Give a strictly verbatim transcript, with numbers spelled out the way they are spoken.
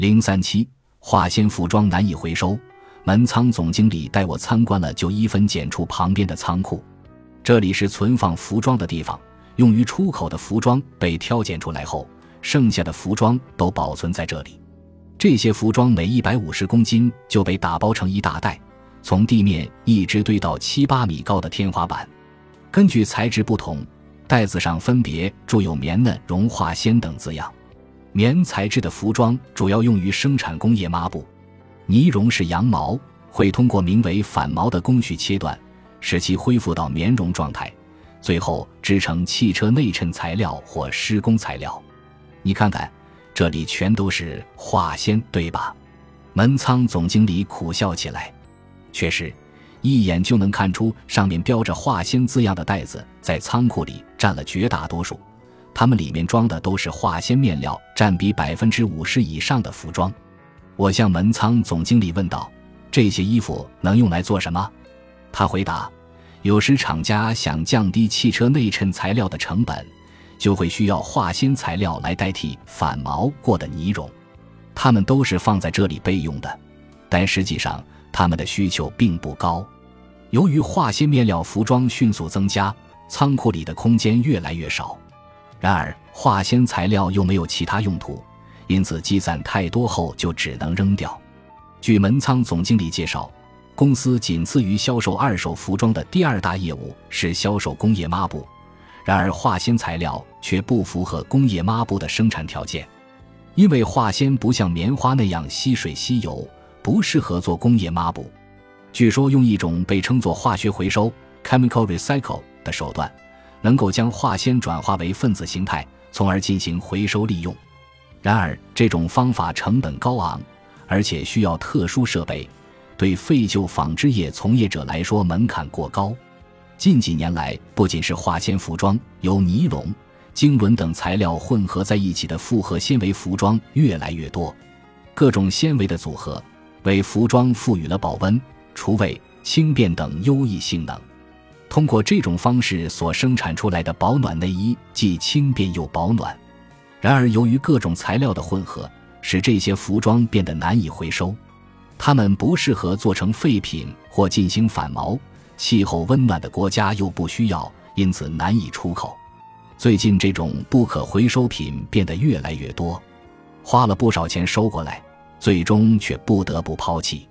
零三七化纤服装难以回收，门仓总经理带我参观了旧衣分拣处旁边的仓库，这里是存放服装的地方，用于出口的服装被挑拣出来后，剩下的服装都保存在这里。这些服装每一百五十公斤就被打包成一大袋，从地面一直堆到七八米高的天花板。根据材质不同，袋子上分别注有棉嫩、绒、化纤等字样。棉材质的服装主要用于生产工业抹布，呢绒是羊毛，会通过名为反毛的工序切断，使其恢复到棉绒状态，最后织成汽车内衬材料或施工材料。你看看，这里全都是化纤，对吧？门仓总经理苦笑起来。确实，一眼就能看出上面标着化纤字样的袋子在仓库里占了绝大多数，它们里面装的都是化纤面料，占比 百分之五十 以上的服装。我向门仓总经理问道，这些衣服能用来做什么？他回答，有时厂家想降低汽车内衬材料的成本，就会需要化纤材料来代替反毛过的呢绒，它们都是放在这里备用的，但实际上它们的需求并不高。由于化纤面料服装迅速增加，仓库里的空间越来越少。然而化纤材料又没有其他用途，因此积攒太多后就只能扔掉。据门仓总经理介绍，公司仅次于销售二手服装的第二大业务是销售工业抹布，然而化纤材料却不符合工业抹布的生产条件，因为化纤不像棉花那样吸水吸油，不适合做工业抹布。据说用一种被称作化学回收 chemical recycle 的手段，能够将化纤转化为分子形态，从而进行回收利用。然而这种方法成本高昂，而且需要特殊设备，对废旧纺织业从业者来说门槛过高。近几年来，不仅是化纤服装，由呢绒、经纶等材料混合在一起的复合纤维服装越来越多。各种纤维的组合为服装赋予了保温、除味、轻便等优异性能。通过这种方式所生产出来的保暖内衣既轻便又保暖。然而由于各种材料的混合，使这些服装变得难以回收，它们不适合做成废品或进行反毛，气候温暖的国家又不需要，因此难以出口。最近这种不可回收品变得越来越多，花了不少钱收过来，最终却不得不抛弃。